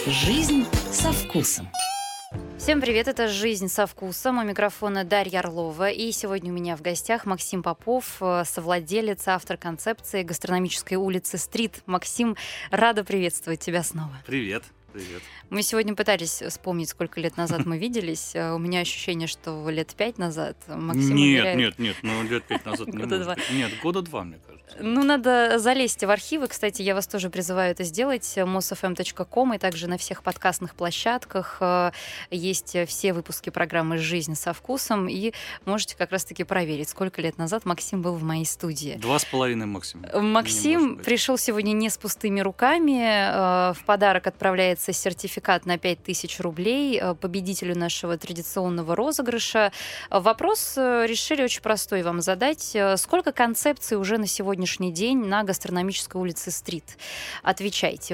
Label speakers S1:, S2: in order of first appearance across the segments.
S1: Жизнь со вкусом.
S2: Всем привет, это «Жизнь со вкусом». У микрофона Дарья Орлова. И сегодня у меня в гостях Максим Попов, совладелец, автор концепции гастрономической улицы «Стрит». Максим, рада приветствовать тебя снова.
S3: Привет. Привет.
S2: Мы сегодня пытались вспомнить, сколько лет назад мы виделись. У меня ощущение, что лет 5 назад. Максим уверяет...
S3: Нет, лет 5 назад не может быть. Нет, года 2, мне кажется.
S2: Ну, надо залезть в архивы. Кстати, я вас тоже призываю это сделать. mosfm.com и также на всех подкастных площадках есть все выпуски программы «Жизнь со вкусом». И можете как раз-таки проверить, сколько лет назад Максим был в моей студии.
S3: 2,5 максимум.
S2: Максим пришел сегодня не с пустыми руками. В подарок отправляется сертификат на 5000 рублей победителю нашего традиционного розыгрыша. Вопрос решили очень простой вам задать. Сколько концепций уже на сегодняшний день на гастрономической улице «Стрит»? Отвечайте.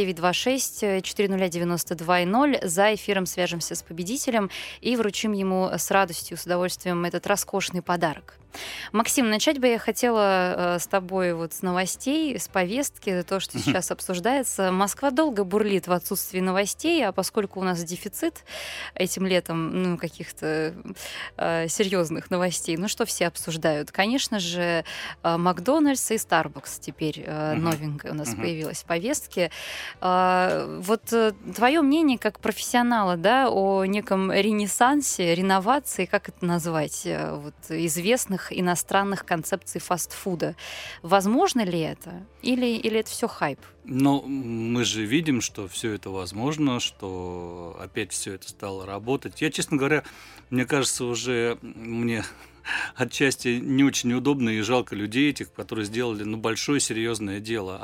S2: 8926-409-92-0. За эфиром свяжемся с победителем и вручим ему с радостью, с удовольствием этот роскошный подарок. Максим, начать бы я хотела с тобой вот с новостей, с повестки, то, что сейчас обсуждается. Москва долго бурлит в отсутствии новостей, а поскольку у нас дефицит этим летом каких-то серьезных новостей, что все обсуждают? Конечно же, Макдональдс и Starbucks теперь новенькая у нас появилась в повестке. Вот твое мнение как профессионала, да, о неком ренессансе, реновации, как это назвать, вот, известных иностранных концепций фастфуда. Возможно ли это? Или это все хайп?
S3: Но мы же видим, что все это возможно, что опять все это стало работать. Я, честно говоря, мне кажется, уже мне отчасти не очень удобно и жалко людей этих, которые сделали большое серьезное дело.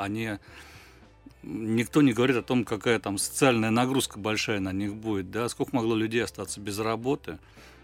S3: Никто не говорит о том, какая там социальная нагрузка большая на них будет. Да? Сколько могло людей остаться без работы?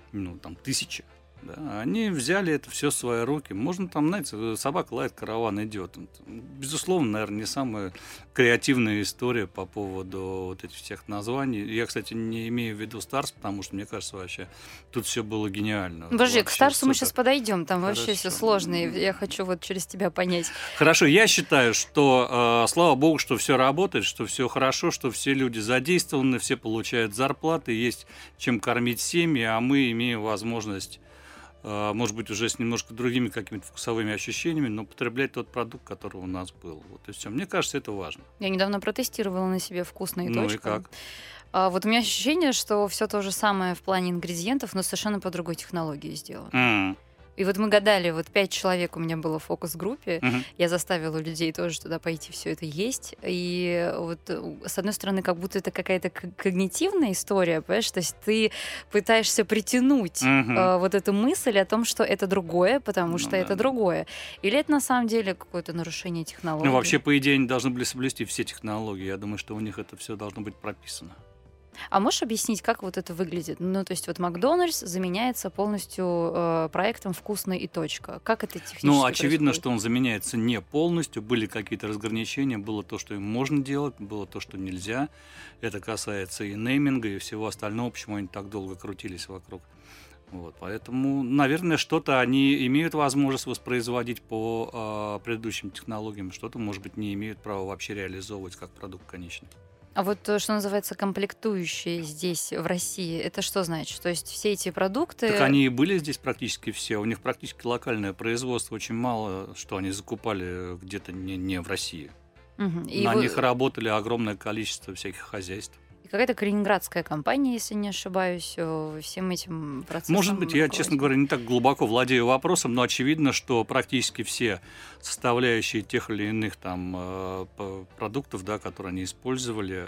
S3: Тысячи. Да, они взяли это все в свои руки. Можно там, знаете, собака лает, караван идет. Безусловно, наверное, не самая креативная история по поводу вот этих всех названий. Я, кстати, не имею в виду Старс, потому что, мне кажется, вообще тут все было гениально.
S2: Подожди, к Старсу мы сейчас подойдем, там вообще все сложно, и я хочу вот через тебя понять.
S3: Хорошо, я считаю, что, слава богу, что все работает, что все хорошо, что все люди задействованы, все получают зарплаты, есть чем кормить семьи, а мы имеем возможность, может быть, уже с немножко другими какими-то вкусовыми ощущениями, но потреблять тот продукт, который у нас был. Вот и все. Мне кажется, это важно.
S2: Я недавно протестировала на себе вкусные точки.
S3: Ну и как?
S2: Вот у меня ощущение, что все то же самое в плане ингредиентов, но совершенно по другой технологии сделано. И вот мы гадали, 5 человек у меня было в фокус-группе, я заставила людей тоже туда пойти все это есть. И вот с одной стороны, как будто это какая-то когнитивная история, понимаешь, то есть ты пытаешься притянуть вот эту мысль о том, что это другое, потому что это другое. Или это на самом деле какое-то нарушение технологий?
S3: Вообще, по идее, они должны были соблюсти все технологии. Я думаю, что у них это все должно быть прописано.
S2: А можешь объяснить, как вот это выглядит? То есть Макдональдс заменяется полностью проектом «Вкусно и точка». Как это технически
S3: очевидно,
S2: происходит?
S3: что он заменяется не полностью. Были какие-то разграничения, было то, что им можно делать, было то, что нельзя. Это касается и нейминга, и всего остального, почему они так долго крутились вокруг. Поэтому, наверное, что-то они имеют возможность воспроизводить по предыдущим технологиям, что-то, может быть, не имеют права вообще реализовывать как продукт конечный.
S2: А вот что называется комплектующие здесь, в России, это что значит? То есть все эти продукты...
S3: Так они и были здесь практически все. У них практически локальное производство. Очень мало, что они закупали где-то не в России. На них работали огромное количество всяких хозяйств.
S2: И какая-то калининградская компания, если не ошибаюсь, всем этим процессом.
S3: Может быть, я, честно говоря, не так глубоко владею вопросом, но очевидно, что практически все составляющие тех или иных там продуктов, да, которые они использовали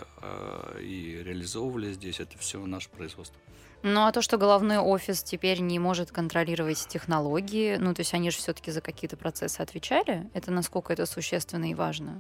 S3: и реализовывали здесь, это все наше производство.
S2: А то, что головной офис теперь не может контролировать технологии, то есть они же все-таки за какие-то процессы отвечали, это насколько это существенно и важно?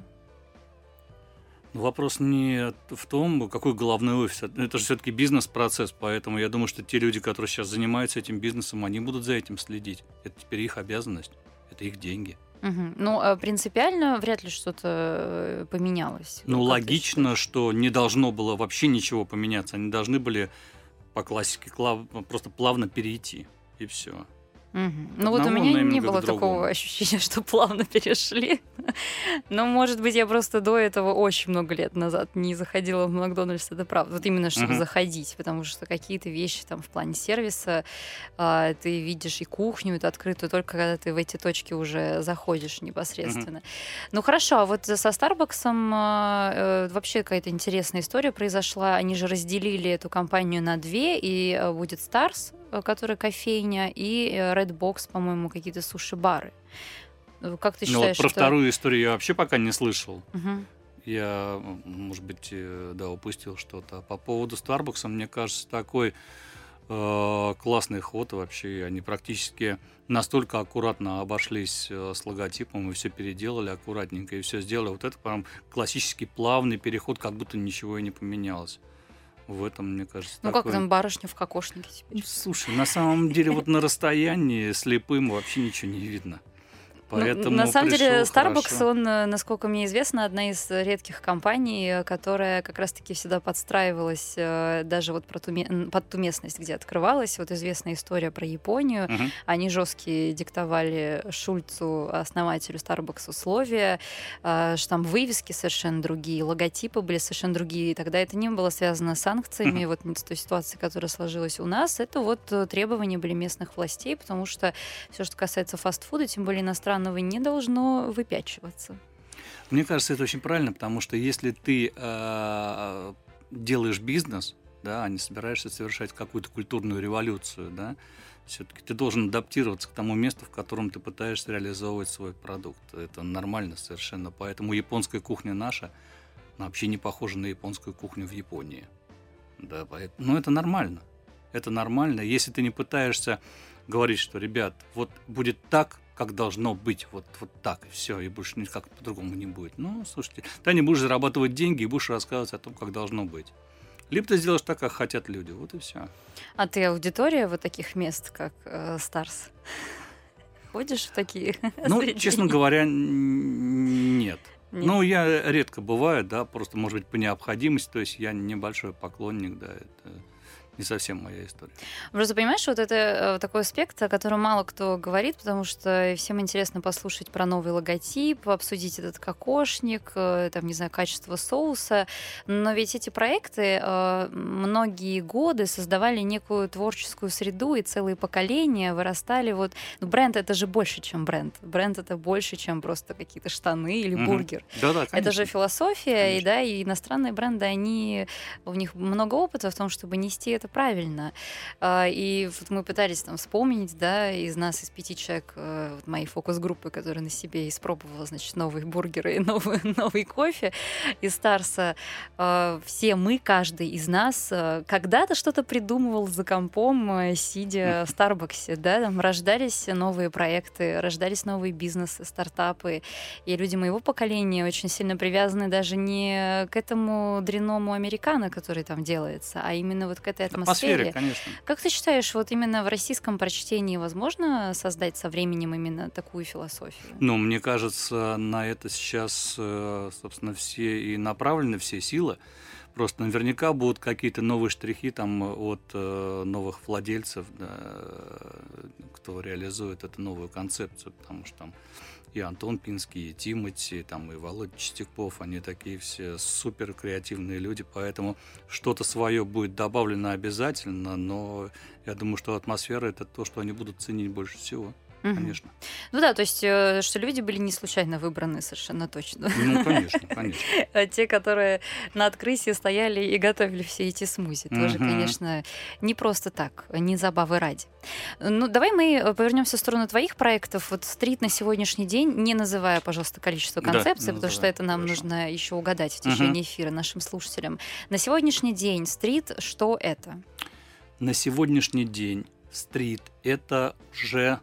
S3: Вопрос не в том, какой головной офис. Это же все-таки бизнес-процесс, поэтому я думаю, что те люди, которые сейчас занимаются этим бизнесом, они будут за этим следить. Это теперь их обязанность, это их деньги.
S2: Принципиально вряд ли что-то поменялось.
S3: Логично, что не должно было вообще ничего поменяться. Они должны были по классике просто плавно перейти, и все.
S2: Ну вот у
S3: одного,
S2: меня
S3: но именно
S2: не
S3: как
S2: было
S3: к другому.
S2: такого ощущения, что плавно перешли. Но, может быть, я просто до этого очень много лет назад не заходила в Макдональдс, это правда. Вот именно, чтобы
S3: Мгм.
S2: заходить, потому что какие-то вещи там в плане сервиса ты видишь и кухню, это открытую только когда ты в эти точки уже заходишь
S3: Мгм.
S2: непосредственно. Ну хорошо, а вот со Старбаксом вообще какая-то интересная история произошла. Они же разделили эту компанию на две, и будет Старс, которая кофейня, и Redbox, по-моему, какие-то суши-бары. Как ты
S3: Ну вот
S2: считаешь,
S3: про
S2: это...
S3: вторую историю я вообще пока не слышал.
S2: Мгм.
S3: Я, может быть, да, упустил что-то. А по поводу Starbucks, мне кажется, такой классный ход вообще. Они практически настолько аккуратно обошлись с логотипом и все переделали аккуратненько и все сделали. Вот это прям классический плавный переход, как будто ничего и не поменялось. В этом, мне кажется,
S2: Ну как
S3: такой...
S2: там барышня в кокошнике
S3: Ну,
S2: теперь?
S3: слушай, на самом деле вот на расстоянии слепым вообще ничего не видно.
S2: Ну, на
S3: Поэтому
S2: самом деле,
S3: пришел
S2: Starbucks,
S3: хорошо.
S2: он, насколько мне известно, одна из редких компаний, которая как раз-таки всегда подстраивалась даже вот под ту местность, где открывалась. Вот известная история про Японию.
S3: Мгм.
S2: Они жесткие диктовали Шульцу, основателю Starbucks, условия, что там вывески совершенно другие, логотипы были совершенно другие. И тогда это не было связано с санкциями,
S3: Мгм.
S2: вот с той ситуацией, которая сложилась у нас. Это вот требования были местных властей, потому что все, что касается фастфуда, тем более иностранного, не должно выпячиваться.
S3: Мне кажется, это очень правильно, потому что если ты делаешь бизнес, да, а не собираешься совершать какую-то культурную революцию, да, все-таки ты должен адаптироваться к тому месту, в котором ты пытаешься реализовывать свой продукт. Это нормально совершенно. Поэтому японская кухня наша она вообще не похожа на японскую кухню в Японии. Да, но это нормально. Это нормально. Если ты не пытаешься говорить, что, ребят, вот будет так, как должно быть, вот так, и все, и больше никак по-другому не будет. Ну, слушайте, ты не будешь зарабатывать деньги и будешь рассказывать о том, как должно быть. Либо ты сделаешь так, как хотят люди, вот и все.
S2: А ты аудитория вот таких мест, как Старс? Ходишь в такие
S3: Ну,
S2: заведения?
S3: честно говоря, нет.
S2: Нет?
S3: Ну, я редко бываю, да, просто, может быть, по необходимости, то есть я небольшой поклонник, да, это не совсем моя история.
S2: Просто понимаешь, вот это такой аспект, о котором мало кто говорит, потому что всем интересно послушать про новый логотип, обсудить этот кокошник, там, не знаю, качество соуса. Но ведь эти проекты многие годы создавали некую творческую среду, и целые поколения вырастали. Вот, ну, бренд — это же больше, чем бренд. Бренд — это больше, чем просто какие-то штаны или
S3: Мгм.
S2: бургер.
S3: Да-да, конечно.
S2: Это же философия, и
S3: Конечно.
S2: да, и иностранные бренды, они, у них много опыта в том, чтобы нести это правильно. И вот мы пытались там вспомнить, да, из нас, из 5 человек, вот моей фокус-группы, которая на себе испробовала, значит, новые бургеры и новый кофе из Старса, все мы, каждый из нас, когда-то что-то придумывал за компом, сидя в Старбаксе, да, там рождались новые проекты, рождались новые бизнесы, стартапы, и люди моего поколения очень сильно привязаны даже не к этому дрянному американо, который там делается, а именно вот к этой атмосфере.
S3: Конечно.
S2: Как ты считаешь, вот именно в российском прочтении возможно создать со временем именно такую философию?
S3: Ну, мне кажется, на это сейчас, собственно, все и направлены, все силы. Просто наверняка будут какие-то новые штрихи там от новых владельцев, да, кто реализует эту новую концепцию, потому что там и Антон Пинский, и Тимати, там, и Володя Чистяков, они такие все супер креативные люди, поэтому что-то свое будет добавлено обязательно, но я думаю, что атмосфера — это то, что они будут ценить больше всего.
S2: Мгм.
S3: Конечно.
S2: Ну да, то есть, что люди были не случайно выбраны, совершенно точно.
S3: Ну, конечно, конечно.
S2: Те, которые на открытии стояли и готовили все эти смузи. Тоже,
S3: Мгм.
S2: конечно, не просто так, не забавы ради. Ну, давай мы повернемся в сторону твоих проектов. Вот стрит на сегодняшний день, не называя, пожалуйста, количество
S3: Да,
S2: концепций,
S3: не
S2: потому что
S3: называй,
S2: это нам
S3: хорошо.
S2: нужно еще угадать в
S3: Мгм.
S2: течение эфира нашим слушателям. На сегодняшний день стрит, что это?
S3: На сегодняшний день стрит — это уже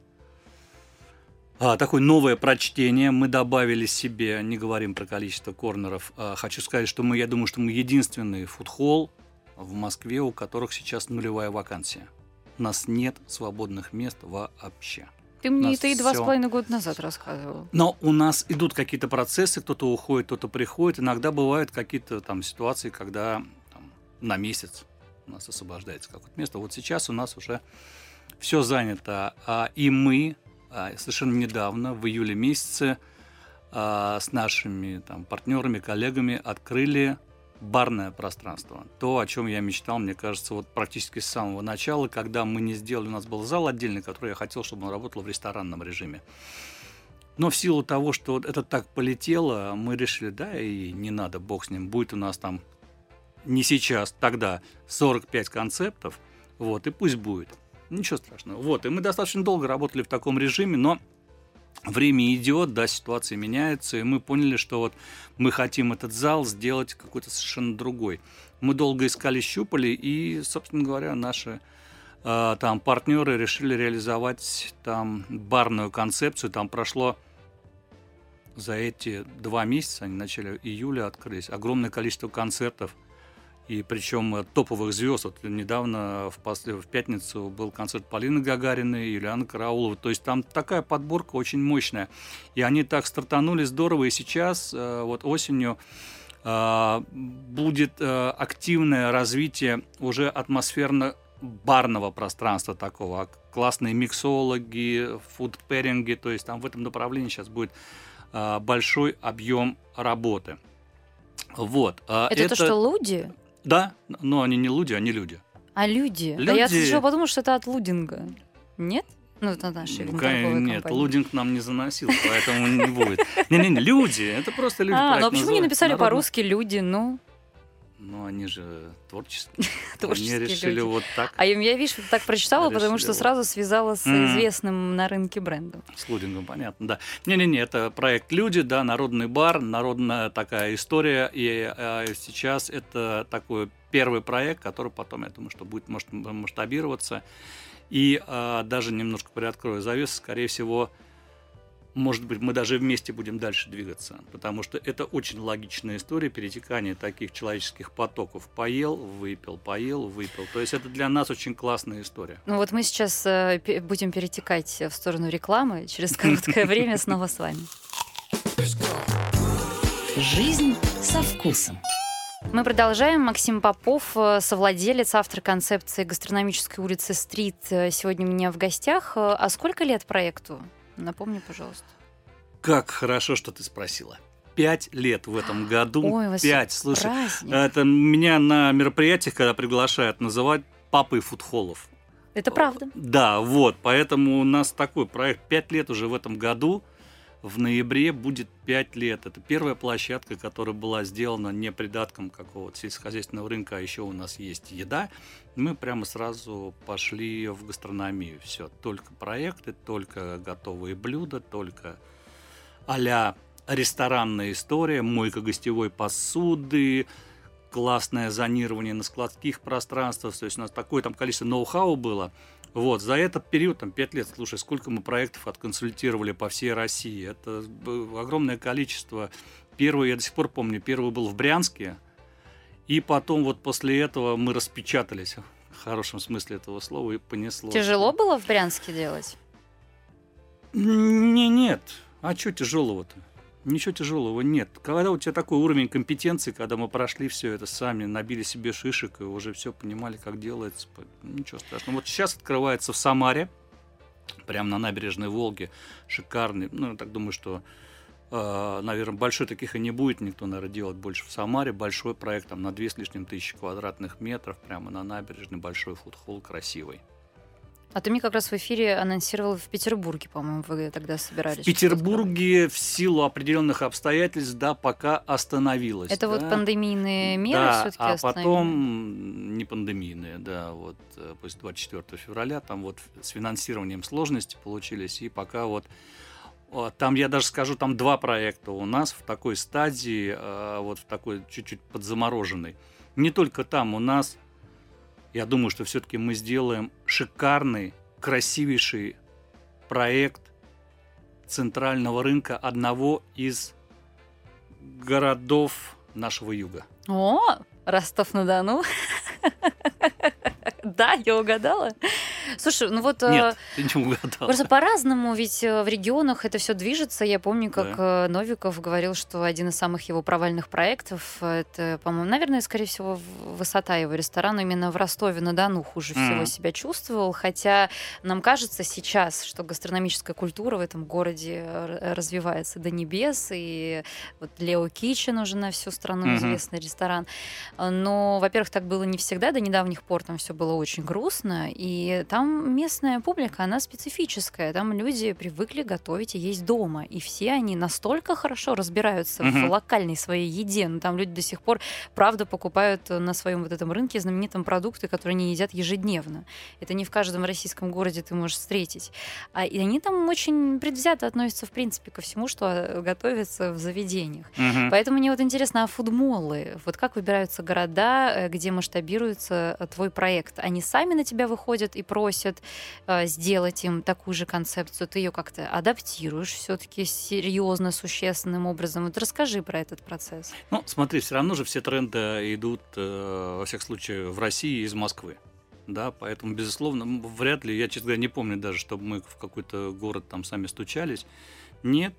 S3: такое новое прочтение. Мы добавили себе, не говорим про количество корнеров, хочу сказать, что я думаю, что мы единственный фудхолл в Москве, у которых сейчас нулевая вакансия. У нас нет свободных мест вообще.
S2: Ты мне
S3: нас
S2: это и
S3: всё.
S2: 2,5 года назад рассказывал.
S3: Но у нас идут какие-то процессы, кто-то уходит, кто-то приходит. Иногда бывают какие-то там ситуации, когда там, на месяц у нас освобождается какое-то место. Вот сейчас у нас уже все занято. И мы совершенно недавно, в июле месяце, с нашими там партнерами, коллегами открыли барное пространство. То, о чем я мечтал, мне кажется, вот практически с самого начала, когда мы не сделали, у нас был зал отдельный, который я хотел, чтобы он работал в ресторанном режиме. Но в силу того, что это так полетело, мы решили, да, и не надо, бог с ним, будет у нас там не сейчас, тогда 45 концептов, вот, и пусть будет. Ничего страшного. Вот, и мы достаточно долго работали в таком режиме, но время идет, да, ситуация меняется, и мы поняли, что вот мы хотим этот зал сделать какой-то совершенно другой. Мы долго искали, щупали, и, собственно говоря, наши там партнеры решили реализовать там барную концепцию. Там прошло за эти 2 месяца, они в начале июля открылись, огромное количество концертов. И причем топовых звезд. Вот недавно в пятницу был концерт Полины Гагариной, Юлианы Карауловой. То есть там такая подборка очень мощная. И они так стартанули здорово. И сейчас, вот осенью, будет активное развитие уже атмосферно-барного пространства такого. Классные миксологи, фуд-пэринги. То есть там в этом направлении сейчас будет большой объем работы. Вот.
S2: Это то, что луди?
S3: Да, но они не луди, они люди.
S2: А люди?
S3: Люди...
S2: А я сначала подумала, что это от лудинга. Нет? Ну, это наши торговые
S3: Нет,
S2: компании.
S3: лудинг нам не заносил, поэтому не будет. Не-не-не, люди, это просто люди.
S2: Ну а почему не написали по-русски люди, ну?
S3: Ну, они же творческие.
S2: Творческие
S3: Они решили
S2: люди.
S3: вот так.
S2: А я, видишь, так прочитала, потому что
S3: Решили
S2: сразу связала с известным на рынке брендом.
S3: С лудингом, понятно, да. Не-не-не, это проект «Люди», да, народный бар, народная такая история. И сейчас это такой первый проект, который потом, я думаю, что будет масштабироваться. И даже немножко приоткрою завесу, скорее всего, может быть, мы даже вместе будем дальше двигаться, потому что это очень логичная история перетекания таких человеческих потоков. Поел, выпил, поел, выпил. То есть это для нас очень классная история.
S2: Ну вот мы сейчас будем перетекать в сторону рекламы. Через короткое время снова с вами.
S1: Жизнь со вкусом.
S2: Мы продолжаем. Максим Попов, совладелец, автор концепции гастрономической улицы «Стрит», сегодня у меня в гостях. А сколько лет проекту? Напомни, пожалуйста.
S3: Как хорошо, что ты спросила. 5 лет в этом году.
S2: Ой, у вас
S3: 5. Слушай,
S2: праздник.
S3: это меня на мероприятиях, когда приглашают, называют папой фудхоллов.
S2: Это правда.
S3: Да, вот. Поэтому у нас такой проект 5 лет уже в этом году. В ноябре будет 5 лет. Это первая площадка, которая была сделана не придатком какого-то сельскохозяйственного рынка, а еще у нас есть еда. Мы прямо сразу пошли в гастрономию. Все, только проекты, только готовые блюда, только а-ля ресторанная история, мойка гостевой посуды, классное зонирование на складских пространствах. То есть у нас такое там количество ноу-хау было. Вот, за этот период, там, 5 лет, слушай, сколько мы проектов отконсультировали по всей России. Это огромное количество. Первый, я до сих пор помню, первый был в Брянске. И потом вот после этого мы распечатались, в хорошем смысле этого слова, и понеслось.
S2: Тяжело было в Брянске делать?
S3: Нет. А что тяжелого-то? Ничего тяжелого нет. Когда у тебя такой уровень компетенции, когда мы прошли все это сами, набили себе шишек и уже все понимали, как делается, ничего страшного. Вот сейчас открывается в Самаре, прямо на набережной Волги, шикарный. Ну, я так думаю, что, наверное, большой таких и не будет. Никто, наверное, делать больше в Самаре. Большой проект там на 2 с лишним тысячи квадратных метров, прямо на набережной, большой фудхолл, красивый.
S2: А ты мне как раз в эфире анонсировал в Петербурге, по-моему, вы тогда собирались.
S3: В Петербурге в силу определенных обстоятельств, да, пока остановилась.
S2: Это
S3: да?
S2: вот пандемийные меры
S3: да,
S2: все-таки
S3: а
S2: остановили?
S3: потом не пандемийные, да, вот после 24 февраля там вот с финансированием сложности получились, и пока вот там, я даже скажу, там 2 проекта у нас в такой стадии, вот в такой чуть-чуть подзамороженной. Не только там у нас. Я думаю, что все-таки мы сделаем шикарный, красивейший проект центрального рынка одного из городов нашего юга.
S2: О, Ростов-на-Дону. Да, я угадала. Слушай, ну вот
S3: Нет, ты не угадал.
S2: просто по-разному, ведь в регионах это все движется. Я помню, как Новиков говорил, что один из самых его провальных проектов, это, по-моему, наверное, скорее всего, высота его ресторана именно в Ростове-на-Дону хуже всего себя чувствовал. Хотя нам кажется сейчас, что гастрономическая культура в этом городе развивается до небес. И вот Лео Китчен уже на всю страну известный ресторан. Но, во-первых, так было не всегда. До недавних пор там все было очень грустно. И там местная публика, она специфическая. Там люди привыкли готовить и есть дома. И все они настолько хорошо разбираются в локальной своей еде. Но там люди до сих пор, правда, покупают на своем вот этом рынке знаменитом продукты, которые они едят ежедневно. Это не в каждом российском городе ты можешь встретить. И они там очень предвзято относятся, в принципе, ко всему, что готовится в заведениях. Поэтому мне вот интересно, а фудмоллы? Вот как выбираются города, где масштабируется твой проект? Они сами на тебя выходят и просят сделать им такую же концепцию? Ты ее как-то адаптируешь все-таки серьезно, существенным образом? Вот расскажи про этот процесс.
S3: Ну, смотри, все равно же все тренды идут, во всяком случае, в России из Москвы. Да, поэтому, безусловно, вряд ли, я, честно говоря, не помню даже, чтобы мы в какой-то город там сами стучались. Нет,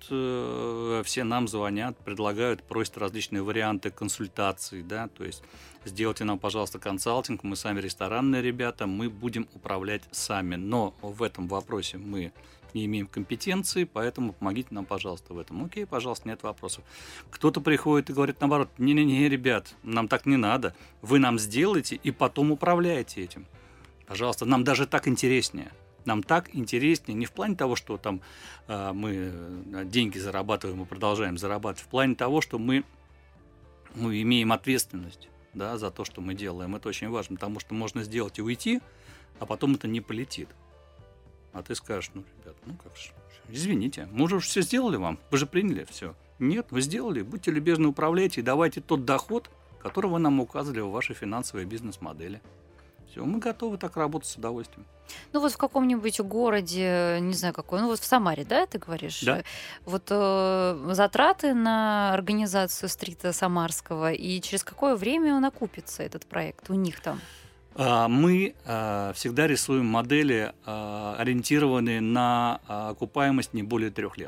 S3: все нам звонят, предлагают, просят различные варианты консультаций, да, то есть сделайте нам, пожалуйста, консалтинг, мы сами ресторанные ребята, мы будем управлять сами, но в этом вопросе мы не имеем компетенции, поэтому помогите нам, пожалуйста, в этом. Окей, пожалуйста, нет вопросов. Кто-то приходит и говорит наоборот: не-не-не, ребят, нам так не надо, вы нам сделаете и потом управляете этим. Пожалуйста, нам даже так интереснее. Нам так интереснее не в плане того, что там мы деньги зарабатываем и продолжаем зарабатывать, в плане того, что мы имеем ответственность, да, за то, что мы делаем. Это очень важно, потому что можно сделать и уйти, а потом это не полетит. А ты скажешь: ну, ребят, ну как же, извините, мы уже все сделали вам, вы же приняли все. Нет, вы сделали, будьте любезны, управляйте и давайте тот доход, который вы нам указали в вашей финансовой бизнес-модели. Все, мы готовы так работать с удовольствием.
S2: Ну вот в каком-нибудь городе, не знаю какой, ну вот в Самаре, да, ты говоришь?
S3: Да.
S2: Вот затраты на организацию стрита самарского, и через какое время он окупится, этот проект, у них там?
S3: Мы всегда рисуем модели, ориентированные на окупаемость не более 3 лет.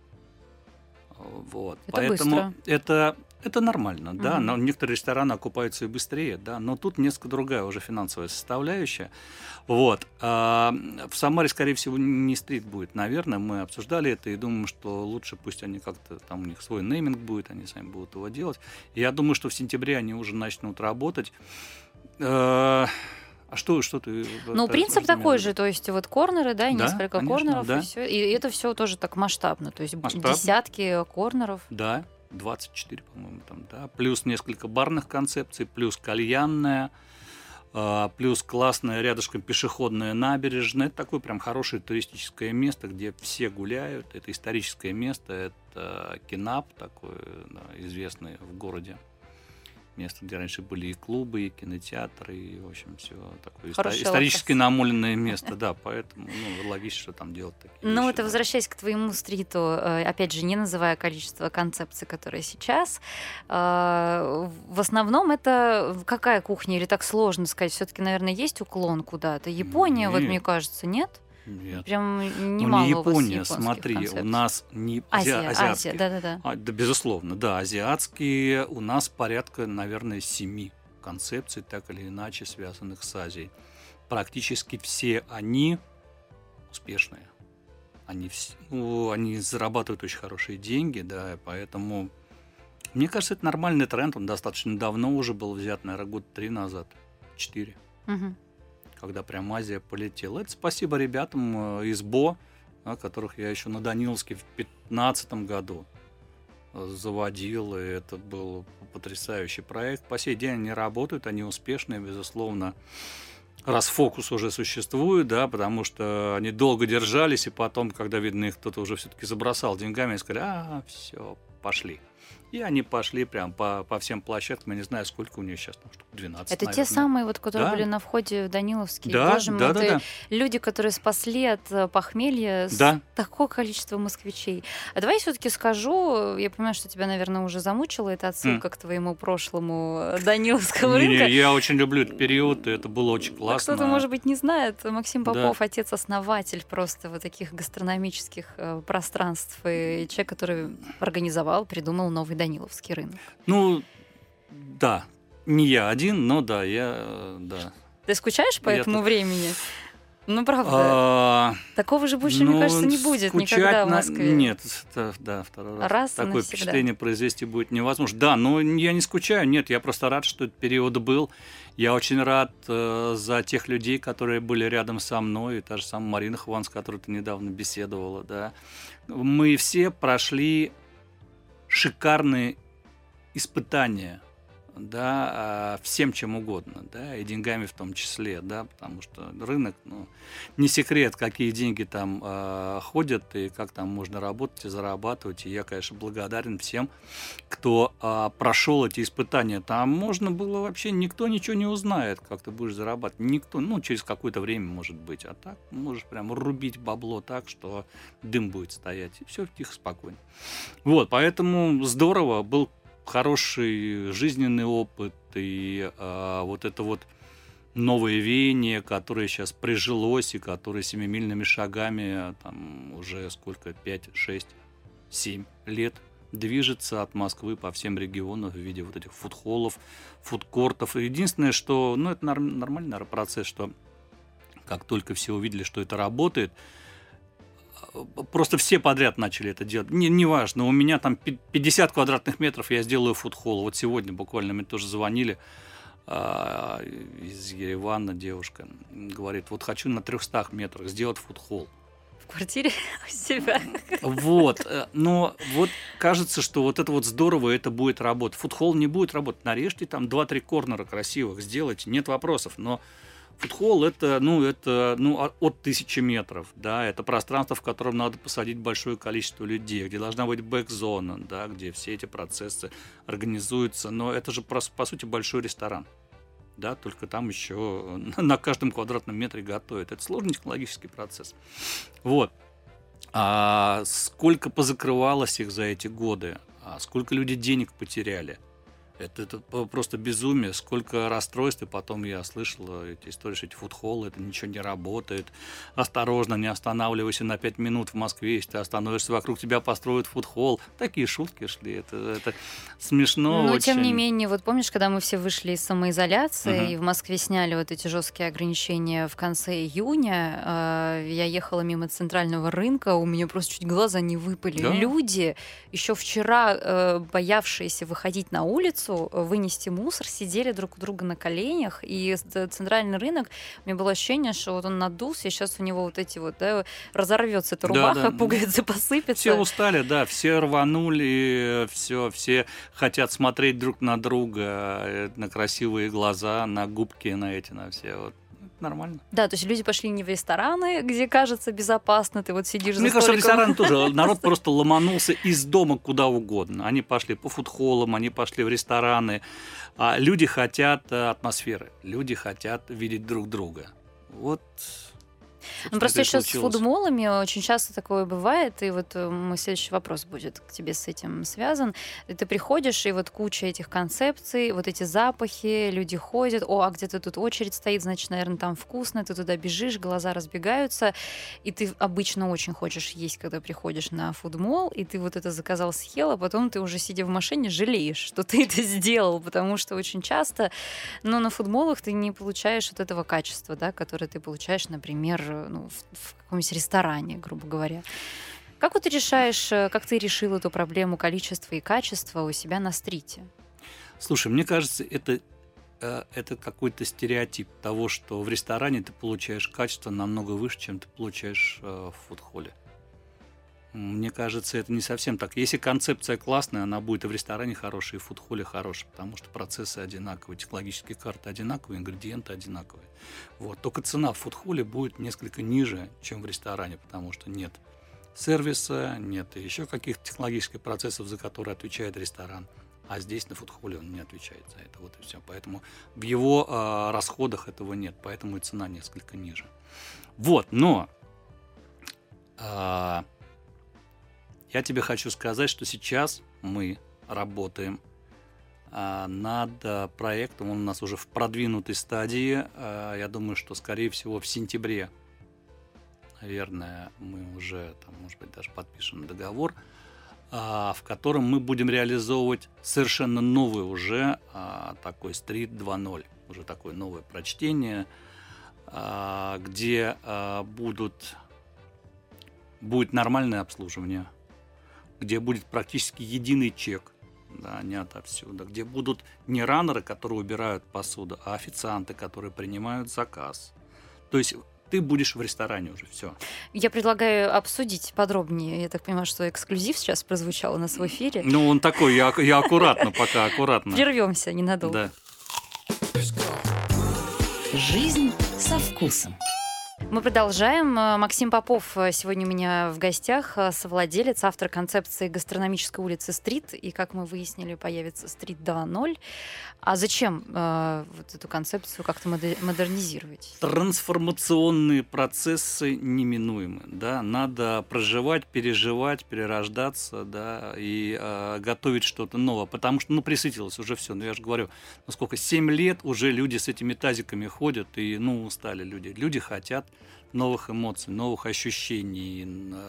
S3: Вот.
S2: Это
S3: поэтому
S2: быстро.
S3: это нормально, да. Но некоторые рестораны окупаются и быстрее, да. Но тут несколько другая уже финансовая составляющая. Вот. В Самаре, скорее всего, не стрит будет, наверное. Мы обсуждали это и думаем, что лучше пусть они как-то, там у них свой нейминг будет, они сами будут его делать. И я думаю, что в сентябре они уже начнут работать. А что ты...
S2: Ну, принцип такой же, то есть вот корнеры, да, несколько
S3: конечно,
S2: корнеров,
S3: да.
S2: и все. И это все тоже так масштабно, то есть
S3: Масштабно.
S2: десятки корнеров.
S3: Да, 24, по-моему, там, да. Плюс несколько барных концепций, плюс кальянная, плюс классная рядышком пешеходная набережная. Это такое прям хорошее туристическое место, где все гуляют. Это историческое место, это Кинап, такое, да, известное в городе. Место, где раньше были и клубы, и кинотеатры, и, в общем, все такое исторически намоленное место, да, поэтому логично, что там делать такие вещи.
S2: Ну, вот возвращаясь к твоему стриту, опять же, не называя количество концепций, которые сейчас, в основном это какая кухня, или так сложно сказать? Все-таки, наверное, есть уклон куда-то? Япония, вот мне кажется, нет?
S3: Нет.
S2: Прям немало
S3: не
S2: у вас
S3: Япония,
S2: японских
S3: смотри,
S2: концепций.
S3: у нас не
S2: Азия, да-да-да.
S3: Да, безусловно, да, азиатские у нас порядка, наверное, 7 концепций, так или иначе связанных с Азией. Практически все они успешные. Они зарабатывают очень хорошие деньги, да, поэтому мне кажется, это нормальный тренд, он достаточно давно уже был взят, наверное, 3 года назад, 4. Когда прям Азия полетела. Это спасибо ребятам из БО, которых я еще на Даниловске в 2015 году заводил, и это был потрясающий проект. По сей день они работают, они успешные, безусловно. Раз фокус уже существует, да, потому что они долго держались, и потом, когда, видно, их кто-то уже все-таки забросал деньгами, и сказали: все, пошли. И они пошли прям по всем площадкам. Я не знаю, сколько у нее сейчас, там, штук 12,
S2: Это
S3: наверное.
S2: те самые, вот, которые
S3: Да.
S2: были на входе в Даниловский.
S3: Да,
S2: Боже мой,
S3: да,
S2: это
S3: да, да.
S2: люди, которые спасли от похмелья
S3: Да.
S2: такое количество москвичей. А давай я все-таки скажу, я понимаю, что тебя, наверное, уже замучила эта отсылка к твоему прошлому Даниловского рынка.
S3: Не, я очень люблю этот период, и это было очень
S2: А
S3: классно.
S2: кто-то, может быть, не знает, Максим
S3: Да.
S2: Попов, отец-основатель просто вот таких гастрономических пространств, и человек, который организовал, придумал новый Даниловский рынок.
S3: Ну, да. Не я один, но да, да.
S2: Ты скучаешь по
S3: Я
S2: этому
S3: тут-
S2: времени? Ну, правда. Такого же больше, мне кажется, не будет никогда в Москве.
S3: Нет, да, второй раз.
S2: Раз и
S3: Такое
S2: навсегда.
S3: впечатление произвести будет невозможно. Да, но я не скучаю, нет, я просто рад, что этот период был. Я очень рад за тех людей, которые были рядом со мной, и та же самая Марина Хван, с которой ты недавно беседовала, да. Мы все прошли шикарные испытания, да, всем чем угодно, да, и деньгами в том числе, да, потому что рынок, не секрет, какие деньги там ходят и как там можно работать и зарабатывать. И я, конечно, благодарен всем, кто прошел эти испытания. Там можно было вообще, никто ничего не узнает, как ты будешь зарабатывать. Никто, через какое-то время, может быть. А так можешь прям рубить бабло так, что дым будет стоять. И все тихо, спокойно. Вот, поэтому здорово, был хороший жизненный опыт, и вот это вот новое веяние, которое сейчас прижилось, и которое семимильными шагами, там уже сколько, 5, 6, 7 лет движется от Москвы по всем регионам в виде вот этих фудхоллов, фудкортов. Единственное, что, это нормальный, наверное, процесс, что как только все увидели, что это работает, просто все подряд начали это делать. Неважно, у меня там 50 квадратных метров, я сделаю фудхолл. Вот сегодня буквально мне тоже звонили из Еревана девушка. Говорит, вот хочу на 300 метрах сделать фудхолл.
S2: В квартире у себя.
S3: Вот. Но вот кажется, что вот это вот здорово, это будет работать. Фудхолл не будет работать. Нарежьте там 2-3 корнера красивых, сделайте, нет вопросов. Но фудхолл это от 1000 метров, да, это пространство, в котором надо посадить большое количество людей, где должна быть бэк-зона, да, где все эти процессы организуются, но это же по сути большой ресторан, да, только там еще на каждом квадратном метре готовят. Это сложный технологический процесс. Вот. А сколько позакрывалось их за эти годы, сколько люди денег потеряли. Это просто безумие, сколько расстройств, и потом я слышал эти истории, что эти фудхоллы, это ничего не работает, осторожно, не останавливайся на 5 минут в Москве, если ты остановишься, вокруг тебя построят фудхолл. Такие шутки шли, это смешно
S2: Но,
S3: очень.
S2: тем не менее, вот помнишь, когда мы все вышли из самоизоляции, и в Москве сняли вот эти жесткие ограничения в конце июня, я ехала мимо центрального рынка, у меня просто чуть глаза не выпали.
S3: Да.
S2: Люди, еще вчера боявшиеся выходить на улицу, вынести мусор, сидели друг у друга на коленях, и центральный рынок, у меня было ощущение, что вот он надулся, и сейчас у него вот эти вот, да, разорвется эта рубаха, пуговицы посыпятся.
S3: Все устали, да, все рванули, все хотят смотреть друг на друга, на красивые глаза, на губки, на все вот. Нормально.
S2: Да, то есть люди пошли не в рестораны, где кажется безопасно, ты вот сидишь
S3: Мне
S2: за
S3: кажется, в
S2: столиком.
S3: рестораны тоже народ просто ломанулся из дома куда угодно. Они пошли по фудхоллам, они пошли в рестораны. А люди хотят атмосферы, люди хотят видеть друг друга. Вот.
S2: Ну, просто еще с
S3: случилось.
S2: фудмолами очень часто такое бывает, и вот мой следующий вопрос будет к тебе с этим связан. И ты приходишь, и вот куча этих концепций, вот эти запахи, люди ходят, а где-то тут очередь стоит, значит, наверное, там вкусно, ты туда бежишь, глаза разбегаются, и ты обычно очень хочешь есть, когда приходишь на фудмол, и ты вот это заказал, съел, а потом ты уже, сидя в машине, жалеешь, что ты это сделал, потому что очень часто, на фудмолах ты не получаешь вот этого качества, да, которое ты получаешь, например, в каком-нибудь ресторане, грубо говоря. Как вот ты решаешь, как ты решил эту проблему количества и качества у себя на стрите?
S3: Слушай, мне кажется, это какой-то стереотип того, что в ресторане ты получаешь качество намного выше, чем ты получаешь в фудхолле. Мне кажется, это не совсем так. Если концепция классная, она будет и в ресторане хорошая, и в фудхолле хорошая, потому что процессы одинаковые, технологические карты одинаковые, ингредиенты одинаковые. Вот. Только цена в фудхолле будет несколько ниже, чем в ресторане, потому что нет сервиса, нет еще каких-то технологических процессов, за которые отвечает ресторан. А здесь на фудхолле он не отвечает за это. Вот и все. Поэтому в его расходах этого нет. Поэтому и цена несколько ниже. Вот, но я тебе хочу сказать, что сейчас мы работаем над проектом. Он у нас уже в продвинутой стадии. Я думаю, что, скорее всего, в сентябре, наверное, мы уже, там, может быть, даже подпишем договор, в котором мы будем реализовывать совершенно новый уже такой стрит 2.0. Уже такое новое прочтение, где будет нормальное обслуживание, где будет практически единый чек, да, не отовсюду, где будут не раннеры, которые убирают посуду, а официанты, которые принимают заказ. То есть ты будешь в ресторане уже, все.
S2: Я предлагаю обсудить подробнее. Я так понимаю, что эксклюзив сейчас прозвучал у нас в эфире.
S3: Ну, он такой, я аккуратно, пока аккуратно.
S2: Прервемся ненадолго.
S3: Да.
S1: Жизнь со вкусом.
S2: Мы продолжаем. Максим Попов сегодня у меня в гостях, совладелец, автор концепции гастрономической улицы «Стрит». И, как мы выяснили, появится «Стрит 2.0». А зачем вот эту концепцию как-то модернизировать?
S3: Трансформационные процессы неминуемы. Да? Надо проживать, переживать, перерождаться, да, и готовить что-то новое. Потому что, присытилось уже все. Я же говорю, сколько, 7 лет уже люди с этими тазиками ходят, и, устали люди. Люди хотят новых эмоций, новых ощущений.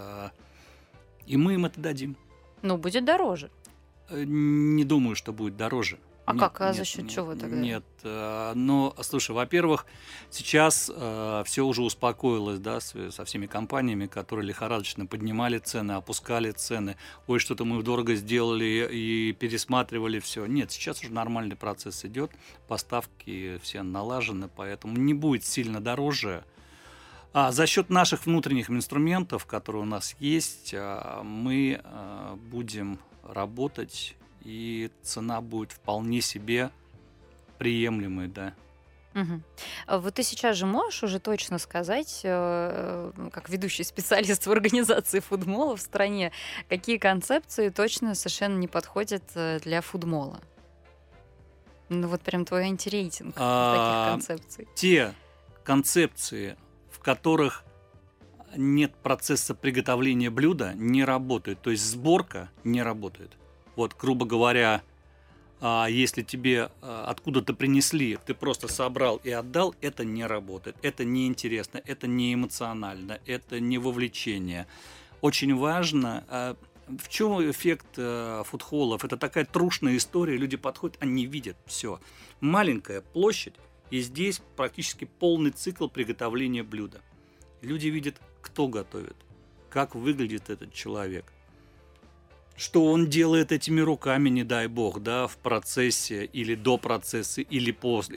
S3: И мы им это дадим.
S2: Будет дороже.
S3: Не думаю, что будет дороже.
S2: А нет, как? А за счет чего тогда?
S3: Нет. Но, слушай, во-первых, сейчас все уже успокоилось, да, со всеми компаниями, которые лихорадочно поднимали цены, опускали цены. Ой, что-то мы дорого сделали и пересматривали все. Нет, сейчас уже нормальный процесс идет, поставки все налажены, поэтому не будет сильно дороже. А за счет наших внутренних инструментов, которые у нас есть, мы будем работать, и цена будет вполне себе приемлемой, да.
S2: Угу. Вот ты сейчас же можешь уже точно сказать, как ведущий специалист в организации фудмола в стране, какие концепции точно совершенно не подходят для фудмола? Вот прям твой антирейтинг таких концепций.
S3: Те концепции, в которых нет процесса приготовления блюда, не работают. То есть сборка не работает. Вот, грубо говоря, если тебе откуда-то принесли, ты просто собрал и отдал, это не работает. Это неинтересно, это не эмоционально, это не вовлечение. Очень важно, в чем эффект фудхоллов? Это такая трушная история, люди подходят, они видят все. Маленькая площадь, и здесь практически полный цикл приготовления блюда. Люди видят, кто готовит, как выглядит этот человек, что он делает этими руками, не дай бог, да, в процессе или до процесса, или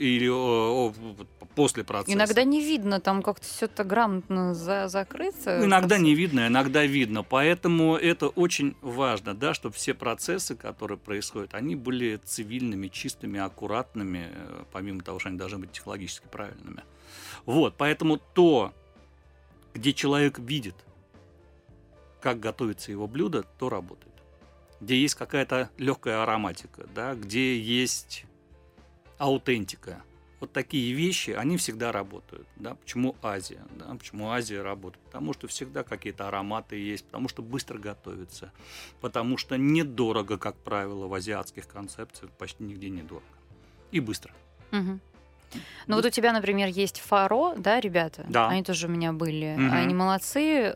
S3: после процесса.
S2: Иногда не видно, там как-то все это грамотно закрыто.
S3: Иногда не видно, иногда видно. Поэтому это очень важно, да, чтобы все процессы, которые происходят, они были цивильными, чистыми, аккуратными, помимо того, что они должны быть технологически правильными. Вот, поэтому то, где человек видит, как готовится его блюдо, то работает. Где есть какая-то легкая ароматика, да, где есть аутентика. Вот такие вещи, они всегда работают. Да? Почему Азия? Да? Почему Азия работает? Потому что всегда какие-то ароматы есть, потому что быстро готовится, потому что недорого, как правило, в азиатских концепциях почти нигде недорого. И быстро.
S2: Угу. Ну вот у тебя, например, есть Фаро, да, ребята?
S3: Да.
S2: Они тоже у меня были.
S3: Угу.
S2: Они молодцы.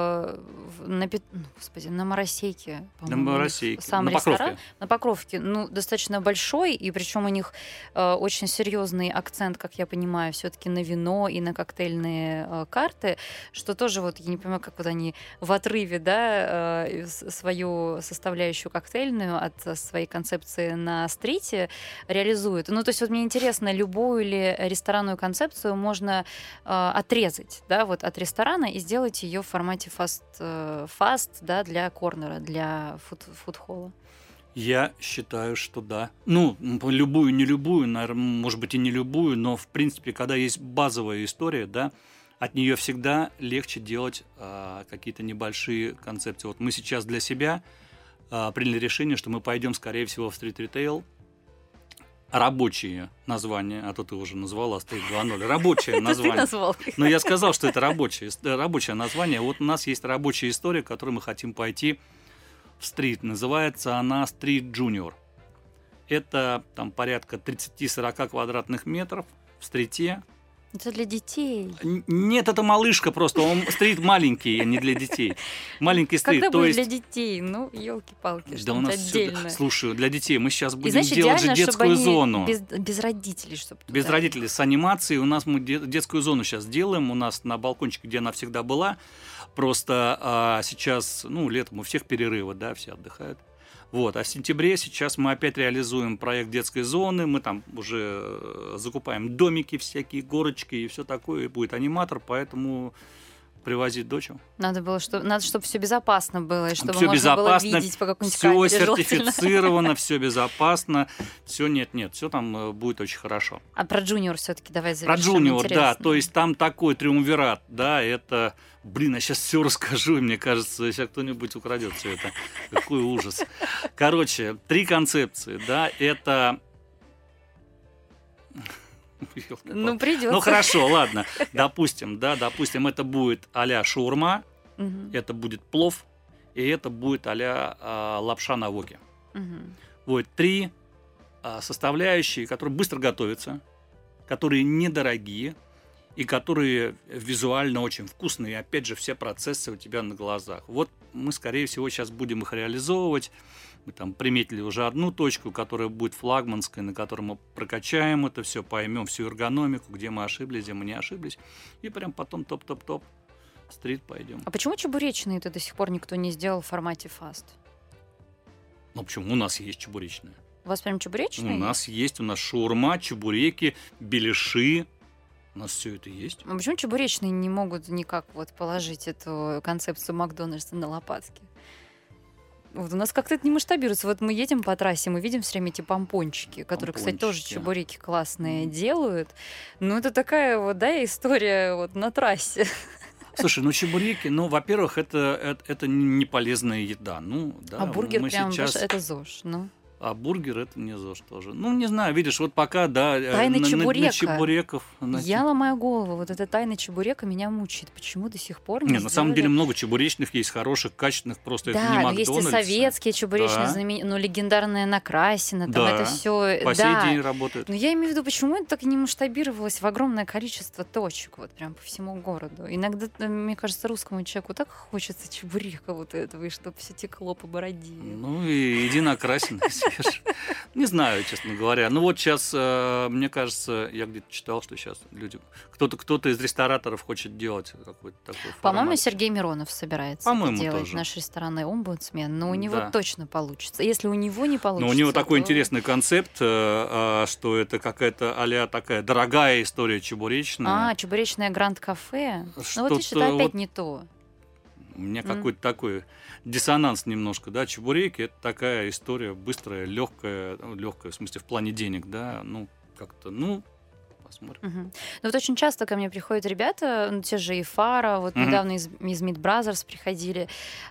S2: На Моросейке, по-моему.
S3: На Моросейке.
S2: Сам
S3: на
S2: ресторан.
S3: Покровке.
S2: На Покровке. Достаточно большой, и причем у них очень серьезный акцент, как я понимаю, все-таки на вино и на коктейльные карты, что тоже вот, я не понимаю, как вот они в отрыве, да, свою составляющую коктейльную от своей концепции на стрите реализуют. То есть вот мне интересно, любую или ресторанную концепцию можно отрезать, да, вот от ресторана и сделать ее в формате фаст, да, для корнера, для фудхолла.
S3: Я считаю, что да. Любую, не любую, наверное, может быть и не любую, но в принципе, когда есть базовая история, да, от нее всегда легче делать какие-то небольшие концепции. Вот мы сейчас для себя приняли решение, что мы пойдем, скорее всего, в стрит-ритейл. Рабочие названия, а то ты уже назвала Стрит 2.0. Рабочее название.
S2: Ты назвал.
S3: Но я сказал, что это рабочее название. Вот у нас есть рабочая история, к которой мы хотим пойти в стрит. Называется она Street Junior. Это там порядка 30-40 квадратных метров в стрите.
S2: Это для детей.
S3: Нет, это малышка просто. Он стрит маленький, а не для детей. Маленький стрит.
S2: Когда будет для детей? Ну, елки-палки,
S3: Да у
S2: что-нибудь
S3: нас
S2: отдельное.
S3: Слушай, для детей мы сейчас
S2: И,
S3: будем
S2: знаешь,
S3: делать же
S2: идеально, чтобы
S3: детскую
S2: они
S3: зону.
S2: без родителей, чтобы
S3: Без
S2: туда.
S3: родителей, с анимацией. У нас мы детскую зону сейчас делаем. У нас на балкончике, где она всегда была. Просто сейчас, летом у всех перерывы, да, все отдыхают. Вот, а в сентябре сейчас мы опять реализуем проект детской зоны. Мы там уже закупаем домики всякие, горочки и все такое. И будет аниматор, поэтому привозить дочь.
S2: Надо, чтобы все безопасно было, и чтобы
S3: Всё
S2: можно
S3: безопасно,
S2: было видеть по какой-нибудь
S3: все
S2: камере желательно.
S3: сертифицировано, все безопасно, все нет, все там будет очень хорошо.
S2: А про Джуниор все-таки давай
S3: Про
S2: завершим.
S3: Джуниор, да,
S2: Интересно.
S3: то есть там такой триумвират, да, это, я сейчас все расскажу, и мне кажется, сейчас кто-нибудь украдет все это. Какой ужас. Короче, 3 концепции, да, это...
S2: Ну, придется.
S3: Ну, хорошо, ладно, допустим, это будет а-ля шаурма,
S2: Мгм.
S3: это будет плов, и это будет а-ля лапша на воке.
S2: Мгм.
S3: Вот 3 составляющие, которые быстро готовятся, которые недорогие и которые визуально очень вкусные. И опять же, все процессы у тебя на глазах. Вот мы, скорее всего, сейчас будем их реализовывать. Мы там приметили уже одну точку, которая будет флагманской, на которой мы прокачаем это все, поймем всю эргономику, где мы ошиблись, где мы не ошиблись. И прям потом топ-топ-топ стрит пойдем.
S2: А почему чебуречные-то до сих пор никто не сделал в формате фаст?
S3: Ну почему? У нас есть чебуречная.
S2: У вас прям чебуречные?
S3: У нас шаурма, чебуреки, беляши. У нас все это есть.
S2: А почему чебуречные не могут никак положить эту концепцию Макдональдса на лопатки? Вот у нас как-то это не масштабируется. Вот мы едем по трассе, мы видим все время эти помпончики, которые, кстати, тоже
S3: Помпончики.
S2: чебуреки классные делают. Ну, это такая история на трассе.
S3: Слушай, чебуреки, во-первых, это не полезная еда.
S2: А бургер
S3: мы
S2: прям,
S3: сейчас...
S2: это ЗОЖ,
S3: А бургер это не ЗОЖ тоже. Не знаю, видишь, вот пока, да,
S2: Тайна
S3: на
S2: чебурека.
S3: чебуреков...
S2: Я ломаю голову. Вот эта тайна чебурека меня мучает. Почему до сих пор не
S3: на самом
S2: сделали?
S3: деле много чебуречных есть, хороших, качественных, просто это не
S2: Да, но есть и
S3: Макдональдс.
S2: советские чебуречные,
S3: Да.
S2: легендарная Накрасина, там
S3: Да,
S2: это все.
S3: По сей день работают.
S2: Но я имею в виду, почему это так не масштабировалось в огромное количество точек, прям по всему городу. Иногда, мне кажется, русскому человеку так хочется чебурека этого, и чтобы все текло по бороде.
S3: И иди на красину, съешь. Не знаю, честно говоря. Сейчас, мне кажется, я где-то читал, что сейчас люди... Кто-то из рестораторов хочет делать какой-то такой формат.
S2: По-моему, Сергей Миронов собирается
S3: По-моему,
S2: это делать,
S3: тоже.
S2: наш ресторанный омбудсмен, но у него
S3: Да.
S2: точно получится. Если у него не получится...
S3: Но у него такой
S2: то-
S3: интересный концепт, что это какая-то а-ля такая дорогая история чебуречная.
S2: чебуречное Гранд-кафе. Ну
S3: Что-то
S2: видишь, это опять
S3: вот-
S2: не то.
S3: У меня какой-то такой диссонанс немножко, да, чебуреки — это такая история быстрая, легкая, в смысле в плане денег, да, как-то, посмотрим.
S2: Мгм. Ну очень часто ко мне приходят ребята, те же и Фара,
S3: Мгм.
S2: недавно из Meat Brothers приходили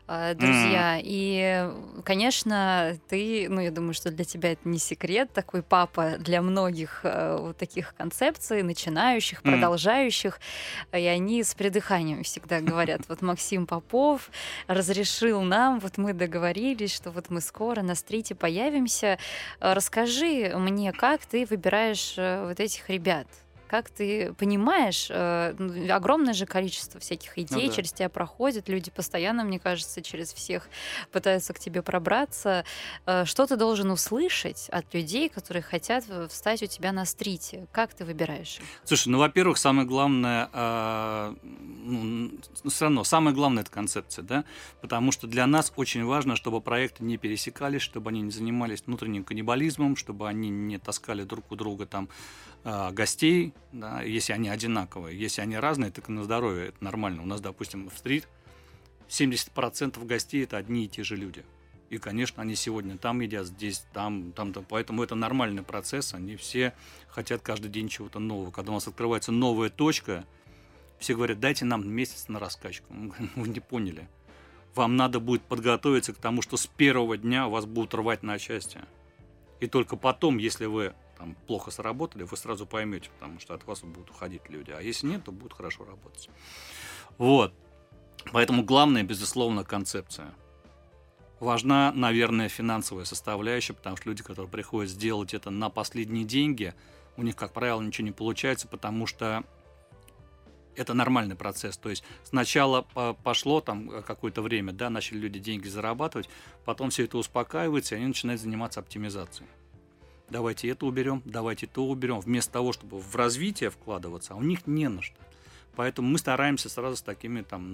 S2: друзья, и, конечно, ты, я думаю, что для тебя это не секрет, такой папа для многих таких концепций, начинающих,
S3: Мгм.
S2: продолжающих, и они с придыханием всегда говорят, Максим Попов разрешил нам, мы договорились, что мы скоро на стрите появимся. Расскажи мне, как ты выбираешь этих ребят? Как ты понимаешь, огромное же количество всяких идей
S3: да.
S2: через тебя проходит, люди постоянно, мне кажется, через всех пытаются к тебе пробраться. Что ты должен услышать от людей, которые хотят встать у тебя на стрите? Как ты выбираешь их?
S3: Слушай, во-первых, самое главное, все равно, самое главное — это концепция, да, потому что для нас очень важно, чтобы проекты не пересекались, чтобы они не занимались внутренним каннибализмом, чтобы они не таскали друг у друга там гостей, да, если они одинаковые. Если они разные, так и на здоровье, это нормально. У нас, допустим, в стрит 70% гостей — это одни и те же люди. И, конечно, они сегодня там едят, здесь, там. Поэтому это нормальный процесс. Они все хотят каждый день чего-то нового. Когда у нас открывается новая точка, Все говорят, дайте нам месяц на раскачку. Мы говорим, вы не поняли. Вам надо будет подготовиться к тому, что с первого дня вас будут рвать на части. И только потом, если вы там плохо сработали, вы сразу поймете, потому что от вас будут уходить люди. А если нет, то будут хорошо работать. Вот. Поэтому главное, безусловно, концепция. Важна, наверное, финансовая составляющая, потому что люди, которые приходят сделать это на последние деньги, у них, как правило, ничего не получается, потому что это нормальный процесс. То есть сначала пошло там какое-то время, да, начали люди деньги зарабатывать, потом все это успокаивается, и они начинают заниматься оптимизацией. Давайте это уберем, давайте то уберем, вместо того, чтобы в развитие вкладываться, а у них не на что. Поэтому мы стараемся сразу с такими там,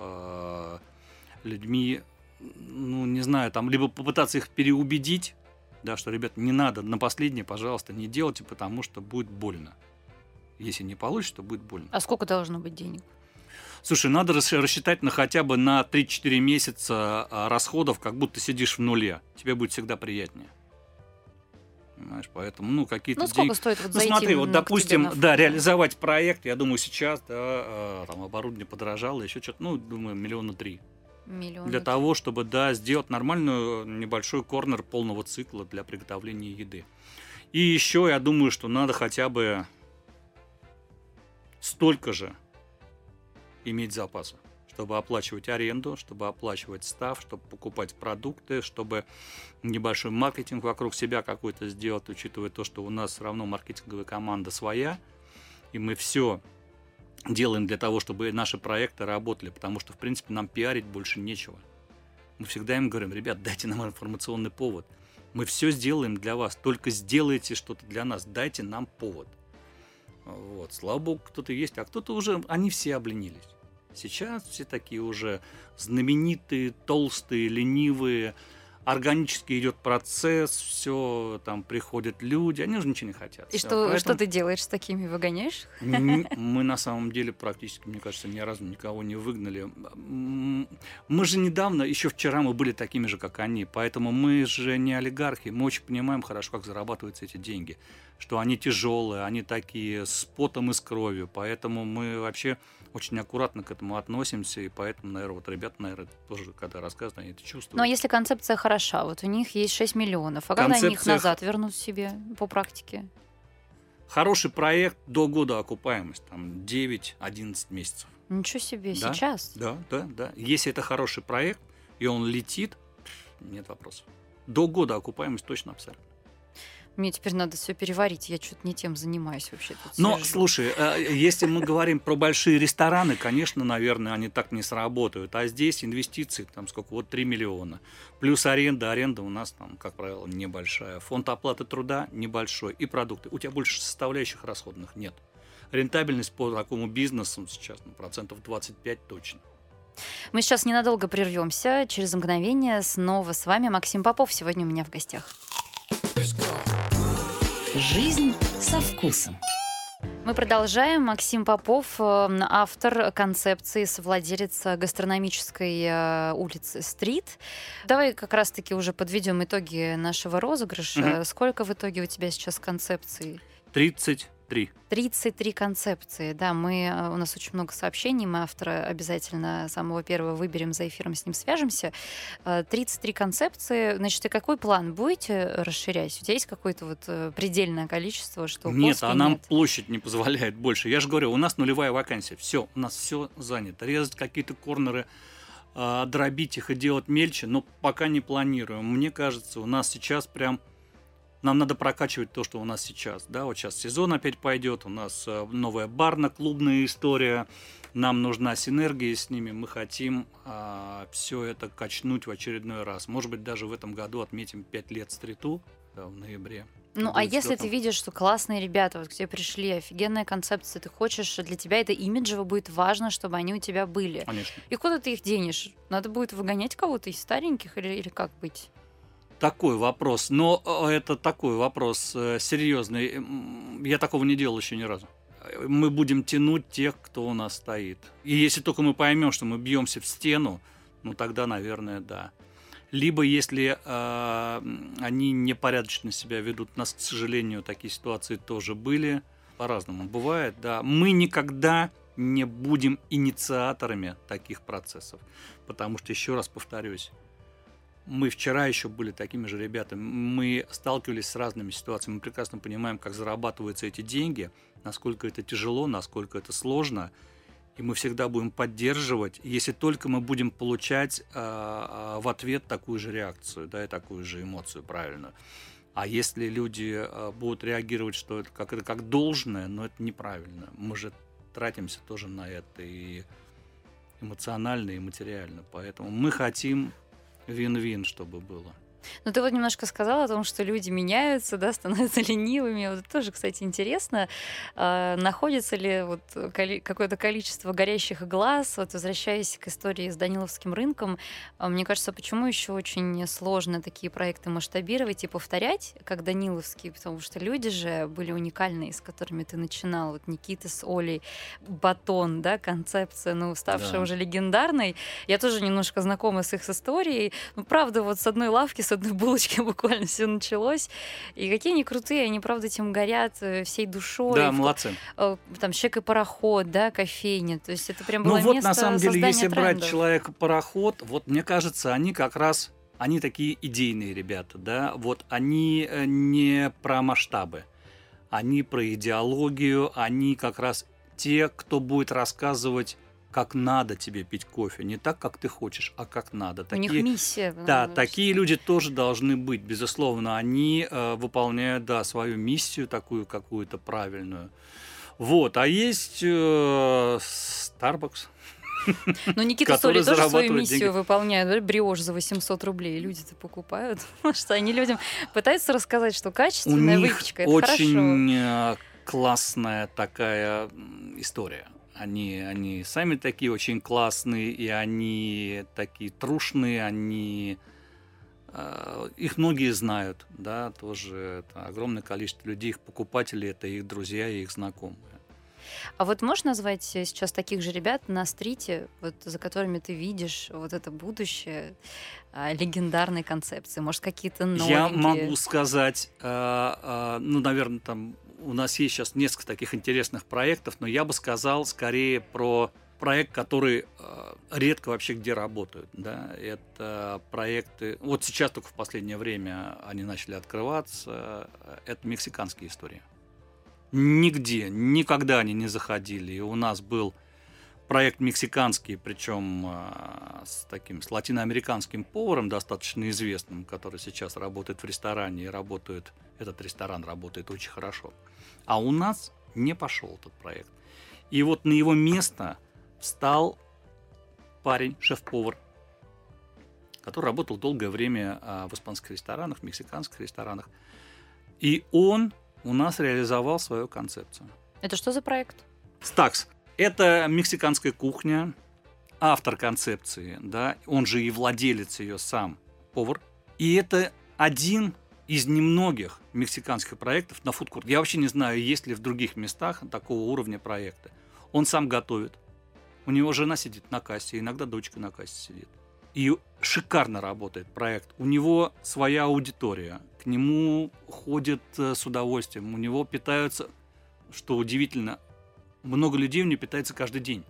S3: людьми, не знаю, там, либо попытаться их переубедить, да, что, ребят, не надо, на последнее, пожалуйста, не делайте, потому что будет больно. Если не получится, то будет больно.
S2: А сколько должно быть денег?
S3: Слушай, надо рассчитать хотя бы на 3-4 месяца расходов, как будто сидишь в нуле. Тебе будет всегда приятнее. Понимаешь, поэтому, какие-то деньги...
S2: сколько стоит вот зайти
S3: смотри, вот, допустим,
S2: да,
S3: реализовать проект, я думаю, сейчас, там оборудование подорожало, еще что-то, думаю, 3 миллиона. Для того, чтобы, сделать нормальную небольшой корнер полного цикла для приготовления еды. И еще, я думаю, что надо хотя бы столько же иметь запаса, чтобы оплачивать аренду, чтобы оплачивать став, чтобы покупать продукты, чтобы небольшой маркетинг вокруг себя какой-то сделать, учитывая то, что у нас все равно маркетинговая команда своя, и мы все делаем для того, чтобы наши проекты работали, потому что, в принципе, нам пиарить больше нечего. Мы всегда им говорим, ребят, дайте нам информационный повод. Мы все сделаем для вас, только сделайте что-то для нас, дайте нам повод. Вот. Слава богу, кто-то есть, а кто-то уже, они все обленились. Сейчас все такие уже знаменитые, толстые, ленивые, органически идет процесс, все, там приходят люди, они уже ничего не хотят.
S2: И что ты делаешь с такими, выгоняешь?
S3: Мы на самом деле практически, мне кажется, ни разу никого не выгнали. Мы же недавно, еще вчера мы были такими же, как они, поэтому мы же не олигархи, мы очень понимаем хорошо, как зарабатываются эти деньги, что они тяжелые, они такие с потом и с кровью, поэтому мы вообще очень аккуратно к этому относимся, и поэтому, наверное, вот ребята, тоже, когда рассказывают, они это чувствуют.
S2: Но если концепция хороша, вот у них есть 6 миллионов, а когда они их назад вернут себе по практике?
S3: Хороший проект до года окупаемость, там 9-11 месяцев.
S2: Ничего себе,
S3: да?
S2: сейчас?
S3: Да. Если это хороший проект, и он летит, нет вопросов. До года окупаемость точно абсолютно.
S2: Мне теперь надо все переварить, я что-то не тем занимаюсь вообще.
S3: Но, слушай, если мы говорим про большие рестораны, конечно, наверное, они так не сработают. А здесь инвестиции, там сколько, вот 3 миллиона. Плюс аренда у нас там, как правило, небольшая. Фонд оплаты труда небольшой. И продукты. У тебя больше составляющих расходных нет. Рентабельность по такому бизнесу сейчас, 25% точно.
S2: Мы сейчас ненадолго прервемся. Через мгновение снова с вами Максим Попов. Сегодня у меня в гостях.
S1: Жизнь со вкусом.
S2: Мы продолжаем. Максим Попов, автор концепции, совладелец гастрономической улицы «Стрит». Давай как раз-таки уже подведем итоги нашего розыгрыша. Сколько в итоге у тебя сейчас концепций? 33 концепции, да, у нас очень много сообщений, мы автора обязательно самого первого выберем, за эфиром с ним свяжемся. 33 концепции, значит, и какой план будете расширять? У тебя есть какое-то вот предельное количество, что
S3: нет, а нам площадь не позволяет больше. Я же говорю, у нас нулевая вакансия, все, у нас все занято. Резать какие-то корнеры, дробить их и делать мельче, но пока не планируем. Мне кажется, у нас сейчас прям нам надо прокачивать то, что у нас сейчас. Да? Вот сейчас сезон опять пойдет, у нас новая барно-клубная история, нам нужна синергия с ними, мы хотим все это качнуть в очередной раз. Может быть, даже в этом году отметим 5 лет стриту, в ноябре.
S2: Ну, а если ты видишь, что классные ребята вот к тебе пришли, офигенная концепция, ты хочешь, для тебя это имиджево будет важно, чтобы они у тебя были.
S3: Конечно.
S2: И куда ты их денешь? Надо будет выгонять кого-то из стареньких или как быть?
S3: Такой вопрос, но это такой вопрос серьезный. Я такого не делал еще ни разу. Мы будем тянуть тех, кто у нас стоит. И если только мы поймем, что мы бьемся в стену, тогда, наверное, да. Либо если они непорядочно себя ведут, у нас, к сожалению, такие ситуации тоже были, по-разному бывает, да. Мы никогда не будем инициаторами таких процессов. Потому что, еще раз повторюсь, мы вчера еще были такими же ребятами, мы сталкивались с разными ситуациями, мы прекрасно понимаем, как зарабатываются эти деньги, насколько это тяжело, насколько это сложно, и мы всегда будем поддерживать, если только мы будем получать в ответ такую же реакцию, да, и такую же эмоцию правильную. А если люди будут реагировать, что это как должное, но это неправильно. Мы же тратимся тоже на это и эмоционально, и материально. Поэтому мы хотим вин-вин, чтобы было.
S2: Ну, ты вот немножко сказала о том, что люди меняются, да, становятся ленивыми. Вот это тоже, кстати, интересно. Находится ли вот какое-то количество горящих глаз? Вот возвращаясь к истории с Даниловским рынком, мне кажется, почему еще очень сложно такие проекты масштабировать и повторять, как Даниловский, потому что люди же были уникальные, с которыми ты начинал. Вот Никита с Олей, батон, да, концепция, ну, ставшая уже легендарной. Я тоже немножко знакома с их историей. Ну, правда, вот с одной лавки, с одной булочки буквально все началось. И какие они крутые, они, правда, этим горят всей душой.
S3: Да, молодцы.
S2: Там «Человек и пароход», да, кофейня. То есть это прям было
S3: вот,
S2: место
S3: на самом деле, если
S2: создания
S3: брать
S2: трендов.
S3: «Человек и пароход», вот мне кажется, они как раз, они такие идейные ребята, да, вот они не про масштабы, они про идеологию, они как раз те, кто будет рассказывать, как надо тебе пить кофе. Не так, как ты хочешь, а как надо.
S2: У них миссия.
S3: Да, такие люди тоже должны быть. Безусловно, они выполняют, да, свою миссию такую какую-то правильную. Вот. А есть Starbucks.
S2: Ну, Никита с Олей тоже свою миссию
S3: деньги.
S2: выполняют. Да? Бриош за 800 рублей. Люди-то покупают. Потому что они людям пытаются рассказать, что качественная выпечка – это хорошо.
S3: У них очень классная такая история. Они сами такие очень классные, и они такие трушные, их многие знают, да, тоже это огромное количество людей, их покупателей, это их друзья и их знакомые.
S2: А вот можешь назвать сейчас таких же ребят на стрите, вот, за которыми ты видишь вот это будущее легендарной концепции? Может, какие-то новенькие?
S3: Я могу сказать, наверное, там у нас есть сейчас несколько таких интересных проектов, но я бы сказал скорее про проект, который редко вообще где работают. Да? Это проекты, вот сейчас только в последнее время они начали открываться, это мексиканские истории. Нигде, никогда они не заходили. И у нас был проект мексиканский, причем с латиноамериканским поваром, достаточно известным, который сейчас работает в ресторане, и этот ресторан работает очень хорошо. А у нас не пошел этот проект. И вот на его место встал парень, шеф-повар, который работал долгое время в испанских ресторанах, в мексиканских ресторанах. И он у нас реализовал свою концепцию.
S2: Это что за проект?
S3: Стакс. Это мексиканская кухня, автор концепции, да, он же и владелец ее сам, повар. И это один из немногих мексиканских проектов на фудкорт. Я вообще не знаю, есть ли в других местах такого уровня проекта. Он сам готовит. У него жена сидит на кассе, иногда дочка на кассе сидит. И шикарно работает проект. У него своя аудитория. К нему ходят с удовольствием. У него питаются, что удивительно, много людей у него питается каждый день.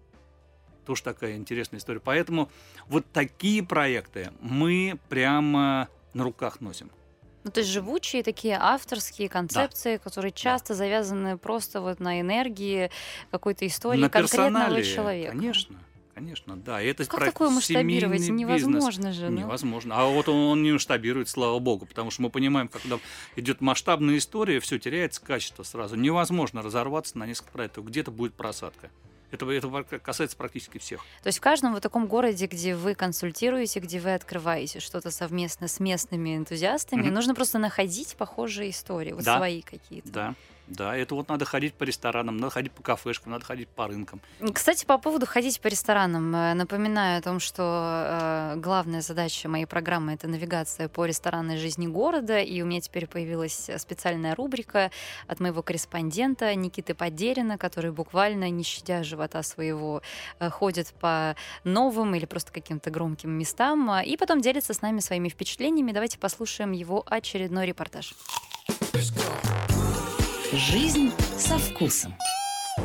S3: Тоже такая интересная история. Поэтому вот такие проекты мы прямо на руках носим.
S2: Ну, то есть живучие такие авторские концепции, которые часто завязаны просто вот на энергии какой-то истории конкретного человека.
S3: Конечно, да. И это
S2: как такое масштабировать? Невозможно же.
S3: Невозможно. А вот он не масштабирует, слава богу, потому что мы понимаем, когда идет масштабная история, все теряется качество сразу. Невозможно разорваться на несколько проектов. Где-то будет просадка. Это касается практически всех.
S2: То есть в каждом вот таком городе, где вы консультируете, где вы открываете что-то совместно с местными энтузиастами, нужно просто находить похожие истории, вот свои какие-то.
S3: Да, это вот надо ходить по ресторанам, надо ходить по кафешкам, надо ходить по рынкам.
S2: Кстати, по поводу ходить по ресторанам, напоминаю о том, что главная задача моей программы — это навигация по ресторанной жизни города, и у меня теперь появилась специальная рубрика от моего корреспондента Никиты Подерина, который буквально, не щадя живота своего, ходит по новым или просто каким-то громким местам, и потом делится с нами своими впечатлениями. Давайте послушаем его очередной репортаж.
S1: Жизнь со вкусом.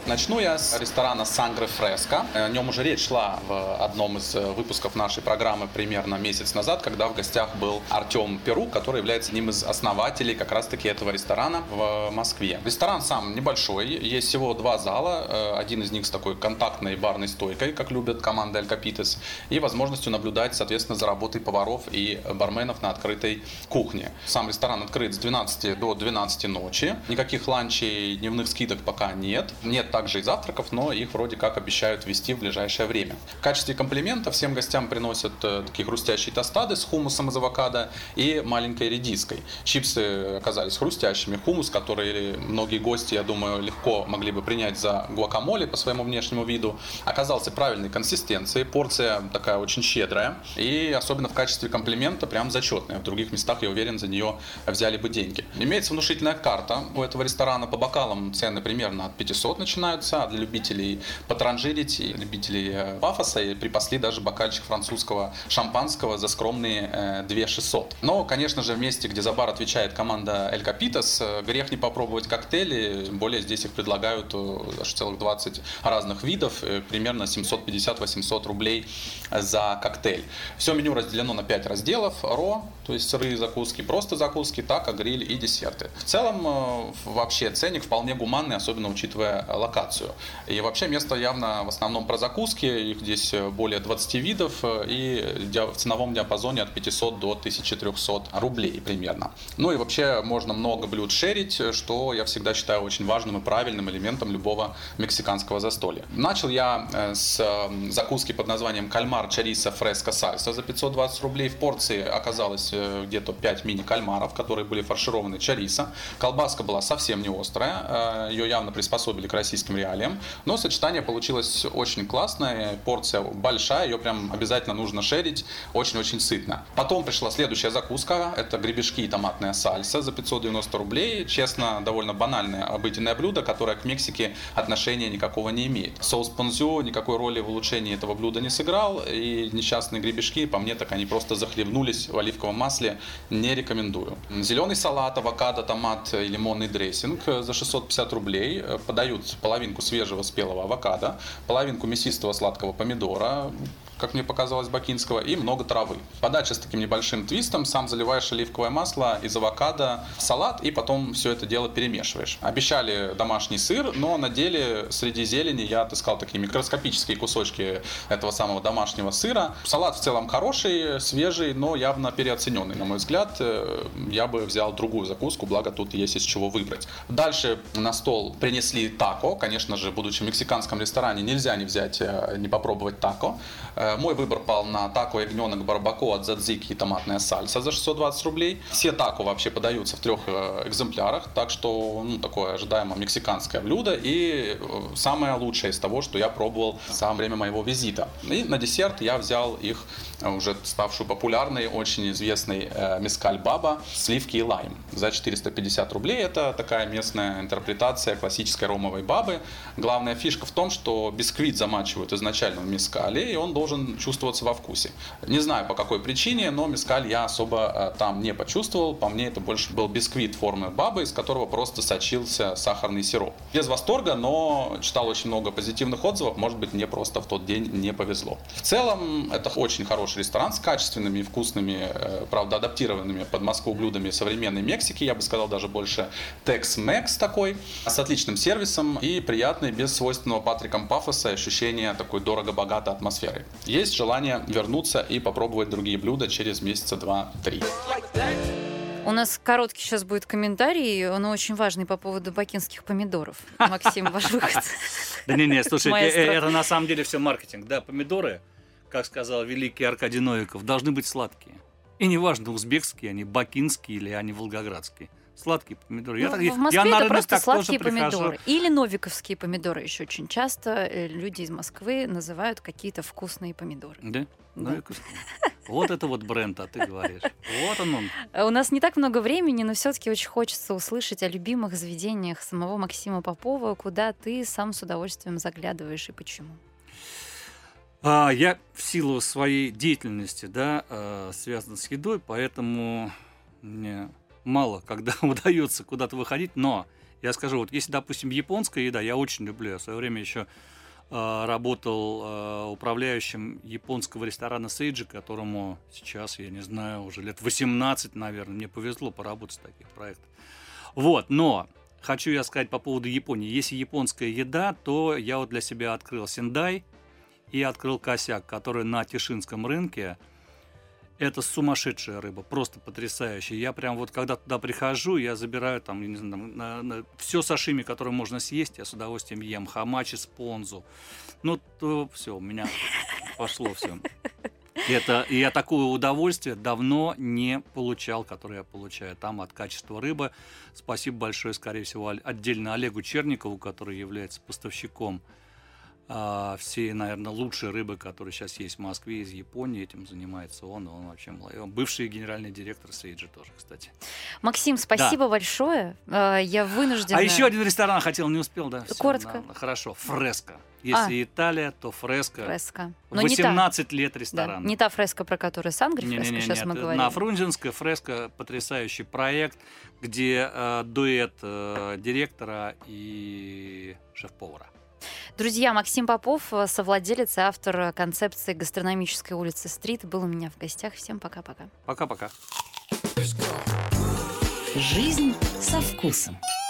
S4: Начну я с ресторана Сангре Фреско. О нем уже речь шла в одном из выпусков нашей программы примерно месяц назад, когда в гостях был Артем Перук, который является одним из основателей как раз-таки этого ресторана в Москве. Ресторан сам небольшой, есть всего 2 зала, один из них с такой контактной барной стойкой, как любят команда Эль Капитес, и возможностью наблюдать, соответственно, за работой поваров и барменов на открытой кухне. Сам ресторан открыт с 12 до 12 ночи. Никаких ланчей, дневных скидок пока нет. Нет также и завтраков, но их вроде как обещают ввести в ближайшее время. В качестве комплимента всем гостям приносят такие хрустящие тостады с хумусом из авокадо и маленькой редиской. Чипсы оказались хрустящими. Хумус, который многие гости, я думаю, легко могли бы принять за гуакамоле по своему внешнему виду, оказался правильной консистенции. Порция такая очень щедрая. И особенно в качестве комплимента прям зачетная. В других местах, я уверен, за нее взяли бы деньги. Имеется внушительная карта у этого ресторана. По бокалам цены примерно от 500 начинаются. А для любителей потранжирить и любителей пафоса и припасли даже бокальчик французского шампанского за скромные 2600. Но, конечно же, в месте, где за бар отвечает команда Эль Капитес, грех не попробовать коктейли. Тем более здесь их предлагают аж целых 20 разных видов. Примерно 750-800 рублей за коктейль. Все меню разделено на 5 разделов. Ро, то есть сырые закуски, просто закуски, тако, гриль и десерты. В целом, вообще ценник вполне гуманный, особенно учитывая локацию. И вообще место явно в основном про закуски. Их здесь более 20 видов и в ценовом диапазоне от 500 до 1300 рублей примерно. Ну и вообще можно много блюд шерить, что я всегда считаю очень важным и правильным элементом любого мексиканского застолья. Начал я с закуски под названием кальмар чorizo фреско сальса за 520 рублей. В порции оказалось где-то 5 мини-кальмаров, которые были фаршированы чорисо. Колбаска была совсем не острая, ее явно приспособили к российским реалиям, но сочетание получилось очень классное, порция большая, ее прям обязательно нужно шерить, очень-очень сытно. Потом пришла следующая закуска, это гребешки и томатная сальса за 590 рублей. Честно, довольно банальное обыденное блюдо, которое к Мексике отношения никакого не имеет. Соус понзю никакой роли в улучшении этого блюда не сыграл, и несчастные гребешки, по мне, так они просто захлебнулись в оливковом масле, не рекомендую. Зеленый салат, авокадо, томат и лимонный дрессинг за 650 рублей. Подают половинку свежего спелого авокадо, половинку мясистого сладкого помидора, как мне показалось, бакинского, и много травы. Подача с таким небольшим твистом, сам заливаешь оливковое масло из авокадо в салат и потом все это дело перемешиваешь. Обещали домашний сыр, но на деле среди зелени я отыскал такие микроскопические кусочки этого самого домашнего сыра. Салат в целом хороший, свежий, но явно переоцененный, на мой взгляд. Я бы взял другую закуску, благо тут есть из чего выбрать. Дальше на стол принесли тако. Конечно же, будучи в мексиканском ресторане, нельзя не взять, не попробовать тако. Мой выбор пал на тако ягненок барбако от Задзики и томатная сальса за 620 рублей. Все тако вообще подаются в 3 экземплярах, так что такое ожидаемое мексиканское блюдо и самое лучшее из того, что я пробовал за время моего визита. И на десерт я взял их уже ставшую популярной, очень известный мескаль баба, сливки и лайм за 450 рублей. Это такая местная интерпретация классической ромовой бабы. Главная фишка в том, что бисквит замачивают изначально в мескале, и он должен чувствоваться во вкусе. Не знаю по какой причине, но мескаль я особо там не почувствовал. По мне это больше был бисквит формы бабы, из которого просто сочился сахарный сироп. Без восторга, но читал очень много позитивных отзывов. Может быть, мне просто в тот день не повезло. В целом, это очень хороший ресторан с качественными и вкусными, правда, адаптированными под Москву блюдами современной Мексики. Я бы сказал, даже больше Tex-Mex такой, с отличным сервисом и приятной, без свойственного Патриком пафоса и ощущения такой дорого-богатой атмосферы. Есть желание вернуться и попробовать другие блюда через месяца 2-3.
S2: У нас короткий сейчас будет комментарий, он очень важный по поводу бакинских помидоров. Максим, ваш выход.
S3: Да не, слушайте, это на самом деле все маркетинг. Да, помидоры, как сказал великий Аркадий Новиков, должны быть сладкие. И неважно, узбекские они, бакинские или они волгоградские. Сладкие помидоры.
S2: В Москве это просто сладкие помидоры. Или новиковские помидоры еще очень часто люди из Москвы называют какие-то вкусные помидоры.
S3: Да? Новиковские. Вот это вот бренд, а ты говоришь. Вот он.
S2: У нас не так много времени, но все-таки очень хочется услышать о любимых заведениях самого Максима Попова, куда ты сам с удовольствием заглядываешь и почему.
S3: Я в силу своей деятельности, связан с едой, поэтому мне мало когда удается куда-то выходить, но Я скажу, вот если, допустим, японская еда, я очень люблю. Я в свое время еще работал управляющим японского ресторана Сейджи, которому сейчас, я не знаю, уже лет 18, наверное. Мне повезло поработать в таких проектах. Вот, но хочу я сказать по поводу Японии. Если японская еда, то я вот для себя открыл Сендай и открыл Косяк, который на Тишинском рынке. Это сумасшедшая рыба, просто потрясающая. Я прям вот, когда туда прихожу, я забираю там, я не знаю, все сашими, которое можно съесть, я с удовольствием ем. Хамачи с понзу. Ну, то все, у меня пошло все. И я такое удовольствие давно не получал, которое я получаю там от качества рыбы. Спасибо большое, скорее всего, отдельно Олегу Черникову, который является поставщиком все, наверное, лучшие рыбы, которые сейчас есть в Москве, из Японии, этим занимается он вообще молодец. Он бывший генеральный директор Сейджи тоже, кстати.
S2: Максим, спасибо большое. Я вынуждена...
S3: А еще один ресторан хотел, не успел, да? Все,
S2: коротко.
S3: Хорошо, Фреска. Если Италия, то Фреска.
S2: Фреска.
S3: 18 лет ресторана.
S2: Да, не та фреска, про которую Сангри Фреска сейчас мы говорим.
S3: На Фрунзенской Фреска потрясающий проект, где дуэт директора и шеф-повара.
S2: Друзья, Максим Попов, совладелец и автор концепции гастрономической улицы Стрит, был у меня в гостях. Всем пока-пока.
S3: Пока-пока.
S1: Жизнь со вкусом.